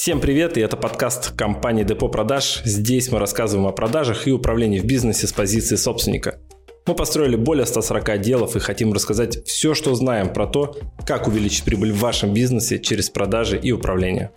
Всем привет, и это подкаст компании Депо Продаж. Здесь мы рассказываем о продажах и управлении в бизнесе с позиции собственника. Мы построили более 140 отделов и хотим рассказать все, что знаем про то, как увеличить прибыль в вашем бизнесе через продажи и управление.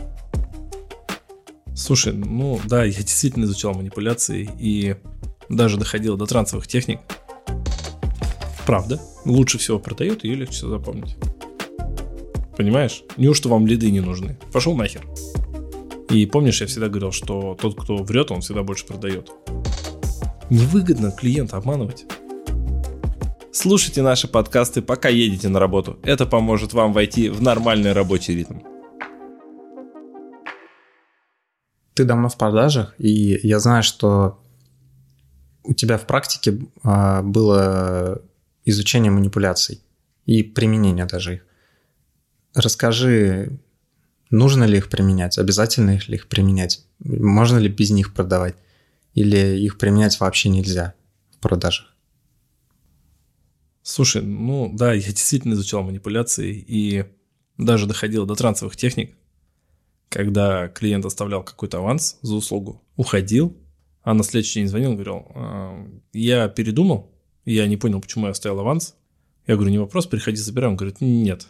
Слушай, я действительно изучал манипуляции и даже доходил до трансовых техник. Правда, лучше всего продает, ее легче всего запомнить. Понимаешь? Неужто вам лиды не нужны? Пошел нахер. И помнишь, я всегда говорил, что тот, кто врет, он всегда больше продает. Невыгодно клиента обманывать. Слушайте наши подкасты, пока едете на работу. Это поможет вам войти в нормальный рабочий ритм. Ты давно в продажах, и я знаю, что у тебя в практике было изучение манипуляций и применение даже их. Расскажи, нужно ли их применять, обязательно ли их применять, можно ли без них продавать, или их применять вообще нельзя в продажах? Слушай, я действительно изучал манипуляции и даже доходил до трансовых техник, когда клиент оставлял какой-то аванс за услугу, уходил, а на следующий день звонил и говорил: я передумал, я не понял, почему я оставил аванс. Я говорю: не вопрос, приходи, забирай. Он говорит: нет.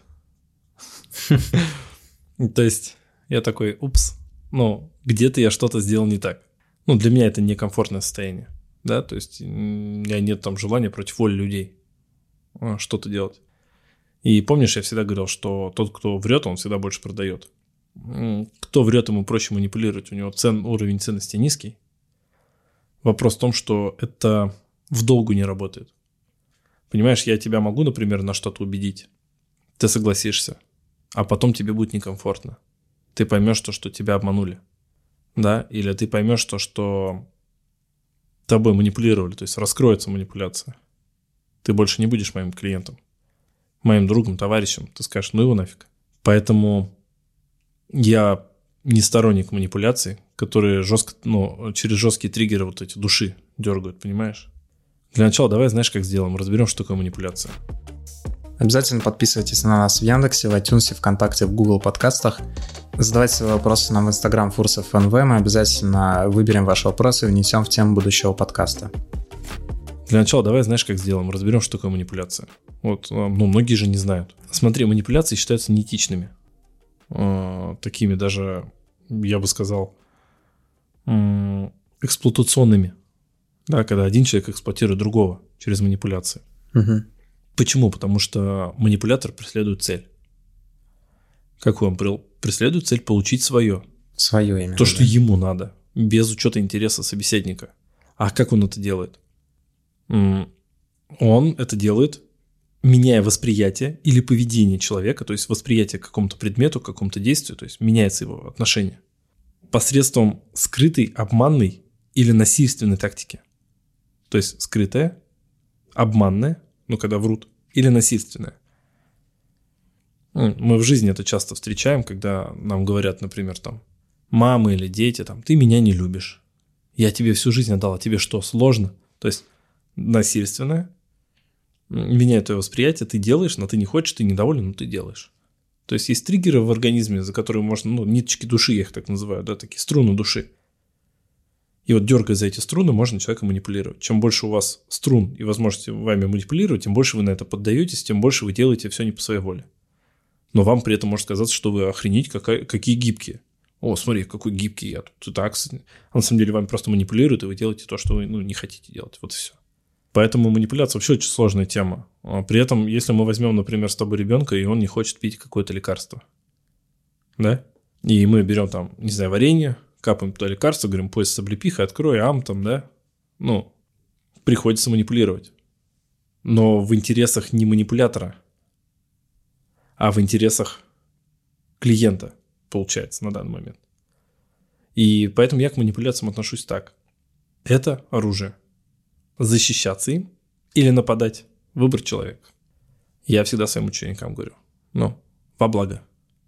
То есть я такой: упс, где-то я что-то сделал не так. Для меня это некомфортное состояние, да, то есть у меня нет там желания против воли людей что-то делать. И помнишь, я всегда говорил, что тот, кто врет, он всегда больше продает. Кто врет, ему проще манипулировать, у него уровень ценности низкий. Вопрос в том, что это в долгу не работает. Понимаешь, я тебя могу, например, на что-то убедить, ты согласишься, а потом тебе будет некомфортно. Ты поймешь, что тебя обманули, да, или ты поймешь, что тобой манипулировали, то есть раскроется манипуляция. Ты больше не будешь моим клиентом, моим другом, товарищем. Ты скажешь: ну его нафиг. Поэтому я не сторонник манипуляций, которые через жесткие триггеры вот эти души дергают, понимаешь? Для начала давай, знаешь, как сделаем? Разберем, что такое манипуляция. Обязательно подписывайтесь на нас в Яндексе, в iTunes, ВКонтакте, в Google подкастах. Задавайте свои вопросы нам в Instagram Фурсов НВ. Мы обязательно выберем ваши вопросы и внесем в тему будущего подкаста. Для начала давай, знаешь, как сделаем? Разберем, что такое манипуляция. Многие же не знают. Смотри, манипуляции считаются неэтичными. Такими даже, я бы сказал, эксплуатационными. Да, когда один человек эксплуатирует другого через манипуляции. Угу. Почему? Потому что манипулятор преследует цель. Какую он преследует? Цель получить свое. Свое именно. То, что ему надо, без учета интереса собеседника. А как он это делает? Он это делает, меняя восприятие или поведение человека, то есть восприятие к какому-то предмету, к какому-то действию, то есть меняется его отношение. Посредством скрытой, обманной или насильственной тактики. То есть скрытая, обманная, когда врут, или насильственное. Мы в жизни это часто встречаем, когда нам говорят, например, мамы или дети, ты меня не любишь. Я тебе всю жизнь отдал, а тебе что, сложно? То есть насильственное, меняет твое восприятие, ты делаешь, но ты не хочешь, ты недоволен, но ты делаешь. То есть есть триггеры в организме, за которые можно, ниточки души, я их так называю, да, такие струны души. И дергая за эти струны, можно человека манипулировать. Чем больше у вас струн и возможности вами манипулировать, тем больше вы на это поддаетесь, тем больше вы делаете все не по своей воле. Но вам при этом может казаться, что вы охренеть, какие гибкие. О, смотри, какой гибкий я тут. А на самом деле вами просто манипулируют, и вы делаете то, что вы не хотите делать. Вот и все. Поэтому манипуляция вообще очень сложная тема. При этом, если мы возьмем, например, с тобой ребенка, и он не хочет пить какое-то лекарство, да, и мы берем варенье, капаем туда лекарство, говорим: поезд с облепихой, открой, да? Приходится манипулировать. Но в интересах не манипулятора, а в интересах клиента, получается, на данный момент. И поэтому я к манипуляциям отношусь так. Это оружие. Защищаться им или нападать – выбор человека. Я всегда своим ученикам говорю: во благо.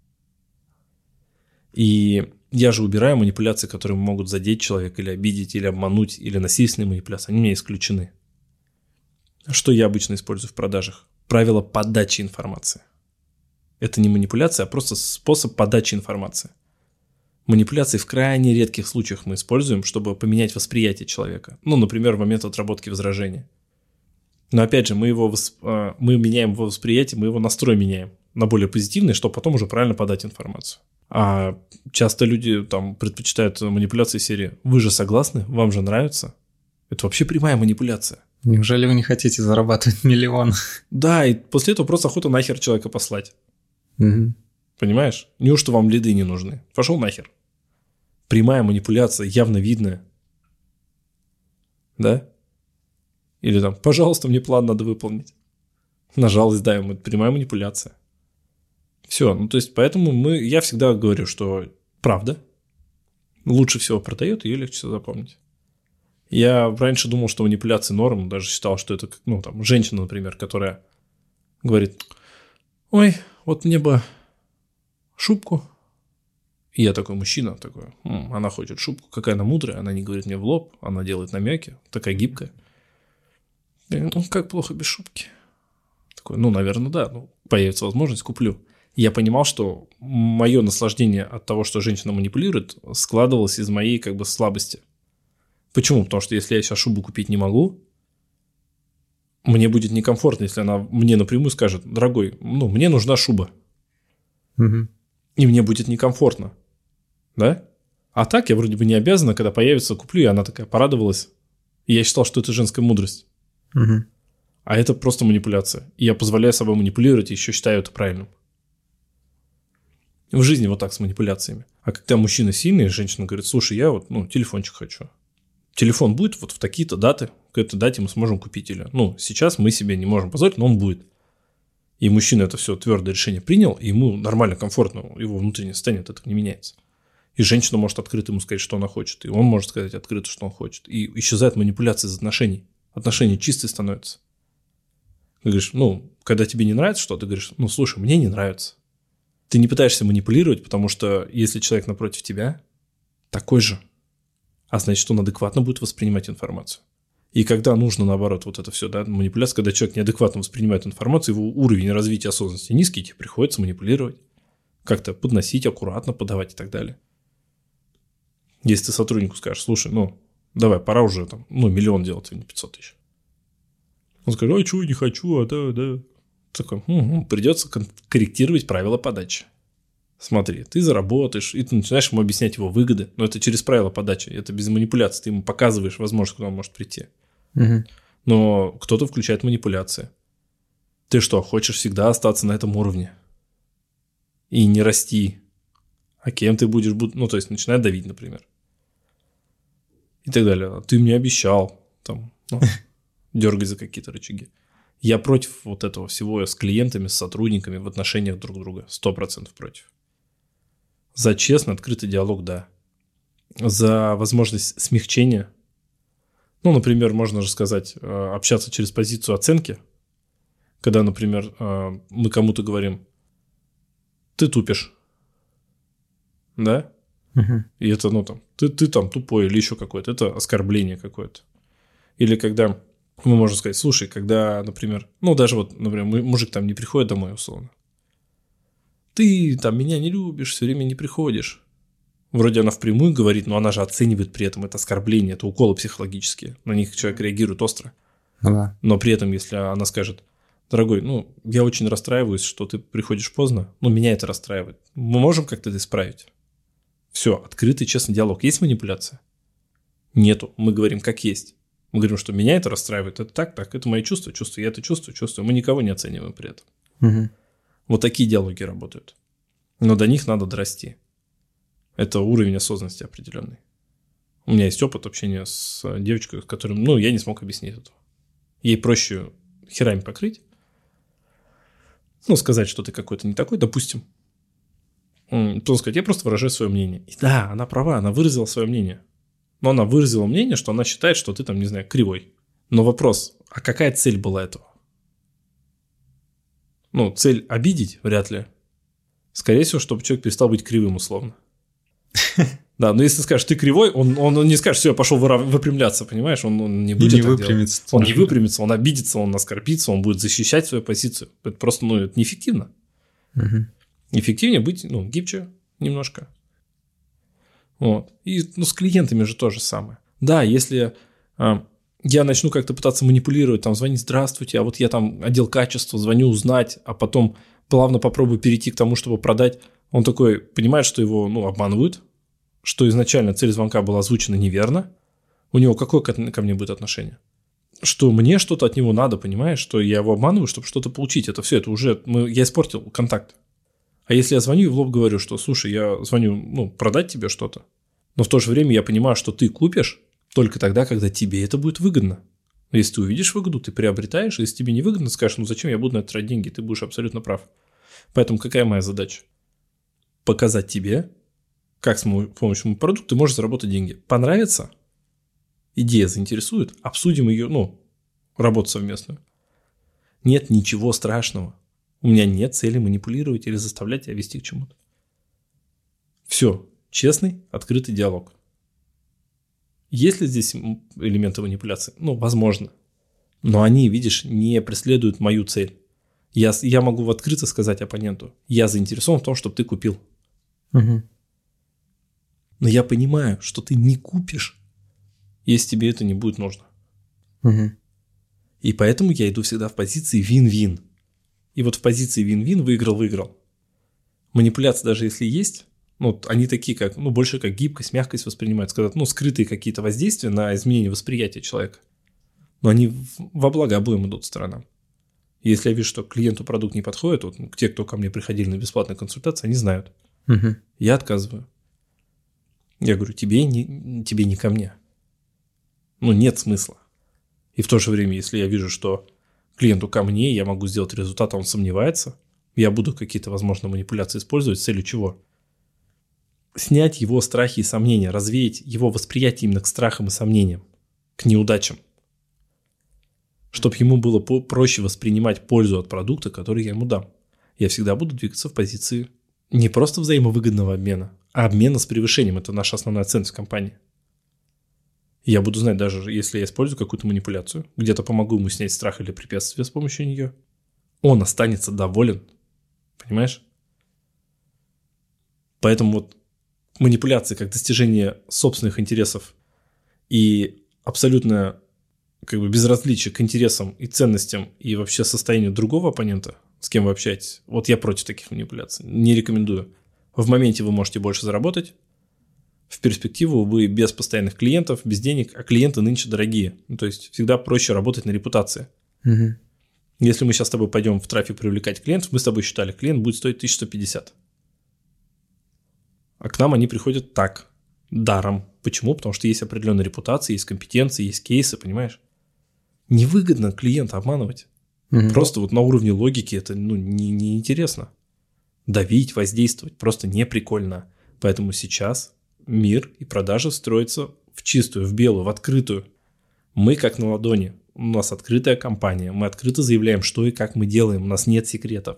И я же убираю манипуляции, которые могут задеть человека или обидеть, или обмануть, или насильственные манипуляции. Они у меня исключены. Что я обычно использую в продажах? Правило подачи информации. Это не манипуляция, а просто способ подачи информации. Манипуляции в крайне редких случаях мы используем, чтобы поменять восприятие человека. Ну, например, в момент отработки возражения. Но опять же, мы меняем его восприятие, мы его настрой меняем на более позитивный, чтобы потом уже правильно подать информацию. А часто люди там предпочитают манипуляции серии «Вы же согласны? Вам же нравится?» Это вообще прямая манипуляция. Неужели вы не хотите зарабатывать миллион? Да, и после этого просто охота нахер человека послать. Угу. Понимаешь? Неужто вам лиды не нужны? Пошел нахер. Прямая манипуляция, явно видная. Да? Или там, пожалуйста, мне план надо выполнить. На жалость даем, это прямая манипуляция. Все, ну то есть поэтому я всегда говорю, что правда лучше всего продает, ее легче всего запомнить. Я раньше думал, что манипуляции норм, даже считал, что это, ну там, женщина, например, которая говорит, ой, вот мне бы шубку. И я такой мужчина, такой, она хочет шубку, какая она мудрая, она не говорит мне в лоб, она делает намеки, такая гибкая. Я говорю, как плохо без шубки. Такой, наверное, да, появится возможность, куплю. Я понимал, что мое наслаждение от того, что женщина манипулирует, складывалось из моей как бы слабости. Почему? Потому что если я сейчас шубу купить не могу, мне будет некомфортно, если она мне напрямую скажет, дорогой, мне нужна шуба. Угу. И мне будет некомфортно. Да? А так я вроде бы не обязана, когда появится, куплю, и она такая порадовалась. И я считал, что это женская мудрость. Угу. А это просто манипуляция. И я позволяю собой манипулировать, и еще считаю это правильным. В жизни вот так с манипуляциями. А когда мужчина сильный, женщина говорит, слушай, я вот, телефончик хочу. Телефон будет вот в такие-то даты, к этой дате мы сможем купить. Или, сейчас мы себе не можем позволить, но он будет. И мужчина это все твердое решение принял, и ему нормально, комфортно, его внутреннее состояние от этого не меняется. И женщина может открыто ему сказать, что она хочет, и он может сказать открыто, что он хочет. И исчезает манипуляция из отношений. Отношения чистые становятся. Ты говоришь, когда тебе не нравится что-то, ты говоришь, слушай, мне не нравится. Ты не пытаешься манипулировать, потому что если человек напротив тебя такой же, а значит, он адекватно будет воспринимать информацию. И когда нужно, наоборот, вот это все, да, манипуляция, когда человек неадекватно воспринимает информацию, его уровень развития осознанности низкий, тебе приходится манипулировать, как-то подносить, аккуратно подавать и так далее. Если ты сотруднику скажешь, слушай, давай, пора уже там, миллион делать, а не 500 тысяч. Он скажет, ой, чего, не хочу, да. Такой, придется корректировать правила подачи. Смотри, ты заработаешь, и ты начинаешь ему объяснять его выгоды, но это через правила подачи, это без манипуляций, ты ему показываешь возможность, куда он может прийти. Угу. Но кто-то включает манипуляции. Ты что, хочешь всегда остаться на этом уровне и не расти? А кем ты будешь, то есть начинает давить, например. И так далее. Ты мне обещал, дергать за какие-то рычаги. Я против вот этого всего с клиентами, с сотрудниками в отношениях друг друга. 100% против. За честный, открытый диалог, да. За возможность смягчения. Например, можно же сказать, общаться через позицию оценки. Когда, например, мы кому-то говорим, ты тупишь. Да? Угу. И это, ты там тупой или еще какое-то. Это оскорбление какое-то. Или когда мы можем сказать, слушай, когда, например, даже вот, например, мужик там не приходит домой, условно. Ты там меня не любишь, все время не приходишь. Вроде она впрямую говорит, но она же оценивает при этом это оскорбление, это уколы психологические. На них человек реагирует остро. Да. Но при этом, если она скажет, дорогой, я очень расстраиваюсь, что ты приходишь поздно, меня это расстраивает. Мы можем как-то это исправить? Все, открытый, честный диалог. Есть манипуляция? Нету. Мы говорим, как есть. Мы говорим, что меня это расстраивает. Это так, это мои чувства. Я это чувствую. Мы никого не оцениваем при этом. Угу. Вот такие диалоги работают. Но до них надо дорасти. Это уровень осознанности определенный. У меня есть опыт общения с девочкой, с которой, я не смог объяснить этого. Ей проще херами покрыть. Сказать, что ты какой-то не такой, допустим. Потом сказать, я просто выражаю свое мнение. И да, она права, она выразила свое мнение. Но она выразила мнение, что она считает, что ты там, не знаю, кривой. Но вопрос, а какая цель была этого? Цель обидеть вряд ли. Скорее всего, чтобы человек перестал быть кривым условно. Да, но если ты скажешь, ты кривой, он не скажет, все, я пошел выпрямляться, понимаешь? Он не будет так делать. Он не выпрямится, он обидится, он оскорбится, он будет защищать свою позицию. Это просто, это неэффективно. Угу. Эффективнее быть, гибче немножко. Вот. И с клиентами же то же самое. Да, если я начну как-то пытаться манипулировать, там, звонить, здравствуйте, а вот я там отдел качества, звоню узнать, а потом плавно попробую перейти к тому, чтобы продать, он такой понимает, что его обманывают, что изначально цель звонка была озвучена неверно, у него какое ко мне будет отношение? Что мне что-то от него надо, понимаешь, что я его обманываю, чтобы что-то получить. Это все, это уже, я испортил контакт. А если я звоню и в лоб говорю, что, слушай, я звоню, продать тебе что-то, но в то же время я понимаю, что ты купишь только тогда, когда тебе это будет выгодно. Но если ты увидишь выгоду, ты приобретаешь, если тебе не выгодно, скажешь, зачем я буду на это тратить деньги, ты будешь абсолютно прав. Поэтому какая моя задача? Показать тебе, как с помощью моего продукта ты можешь заработать деньги. Понравится? Идея заинтересует? Обсудим ее, работу совместную. Нет ничего страшного. У меня нет цели манипулировать или заставлять тебя вести к чему-то. Все. Честный, открытый диалог. Есть ли здесь элементы манипуляции? Возможно. Но они, видишь, не преследуют мою цель. Я могу открыто сказать оппоненту, я заинтересован в том, чтобы ты купил. Угу. Но я понимаю, что ты не купишь, если тебе это не будет нужно. Угу. И поэтому я иду всегда в позиции вин-вин. И вот в позиции вин-вин выиграл-выиграл. Манипуляции даже если есть, они такие, как, больше как гибкость, мягкость воспринимаются, когда, скрытые какие-то воздействия на изменение восприятия человека. Но они во благо обоим идут сторонам. Если я вижу, что клиенту продукт не подходит, те, кто ко мне приходили на бесплатную консультацию, они знают. Угу. Я отказываю. Я говорю, тебе не ко мне. Нет смысла. И в то же время, если я вижу, что клиенту ко мне, я могу сделать результат, а он сомневается, я буду какие-то, возможно, манипуляции использовать с целью чего? Снять его страхи и сомнения, развеять его восприятие именно к страхам и сомнениям, к неудачам. Чтобы ему было проще воспринимать пользу от продукта, который я ему дам. Я всегда буду двигаться в позиции не просто взаимовыгодного обмена, а обмена с превышением. Это наша основная ценность компании. Я буду знать, даже если я использую какую-то манипуляцию, где-то помогу ему снять страх или препятствие с помощью нее, он останется доволен. Понимаешь? Поэтому манипуляции как достижение собственных интересов и абсолютное безразличие к интересам и ценностям и вообще состоянию другого оппонента, с кем вы общаетесь, я против таких манипуляций. Не рекомендую. В моменте вы можете больше заработать. В перспективу вы без постоянных клиентов, без денег, а клиенты нынче дорогие. То есть всегда проще работать на репутации. Угу. Если мы сейчас с тобой пойдем в трафик привлекать клиентов, мы с тобой считали, клиент будет стоить 1150. А к нам они приходят так, даром. Почему? Потому что есть определенная репутация, есть компетенции, есть кейсы, понимаешь? Невыгодно клиента обманывать. Угу. Просто на уровне логики это не интересно. Давить, воздействовать просто не прикольно. Поэтому сейчас мир и продажи строятся в чистую, в белую, в открытую. Мы как на ладони. У нас открытая компания. Мы открыто заявляем, что и как мы делаем. У нас нет секретов.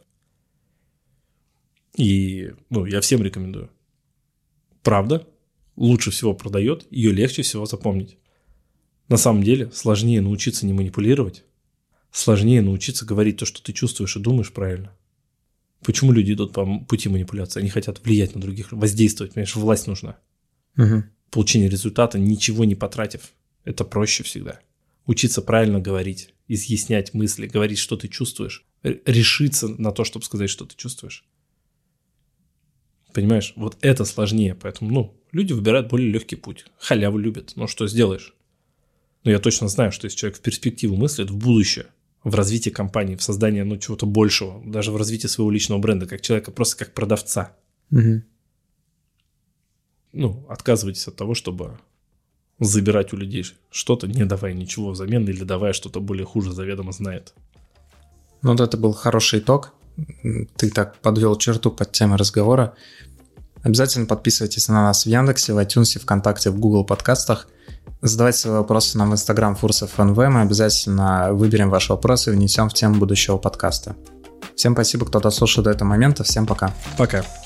И я всем рекомендую. Правда лучше всего продает, ее легче всего запомнить. На самом деле сложнее научиться не манипулировать. Сложнее научиться говорить то, что ты чувствуешь и думаешь правильно. Почему люди идут по пути манипуляции? Они хотят влиять на других, воздействовать, понимаешь, власть нужна. Угу. Получение результата, ничего не потратив. Это проще всегда. Учиться правильно говорить, изъяснять мысли, говорить, что ты чувствуешь. Решиться на то, чтобы сказать, что ты чувствуешь. Понимаешь, это сложнее. Поэтому, люди выбирают более легкий путь. Халяву любят. Что сделаешь? Но я точно знаю, что если человек в перспективу мыслит, в будущее, в развитии компании, в создании чего-то большего, даже в развитии своего личного бренда, как человека, просто как продавца. Угу. Отказывайтесь от того, чтобы забирать у людей что-то, не давая ничего взамен или давая что-то более хуже, заведомо знает. Это был хороший итог. Ты так подвел черту под темой разговора. Обязательно подписывайтесь на нас в Яндексе, в iTunes, ВКонтакте, в Google подкастах. Задавайте свои вопросы нам в Instagram Фурсов НВ. Мы обязательно выберем ваши вопросы и внесем в тему будущего подкаста. Всем спасибо, кто дослушал до этого момента. Всем пока. Пока.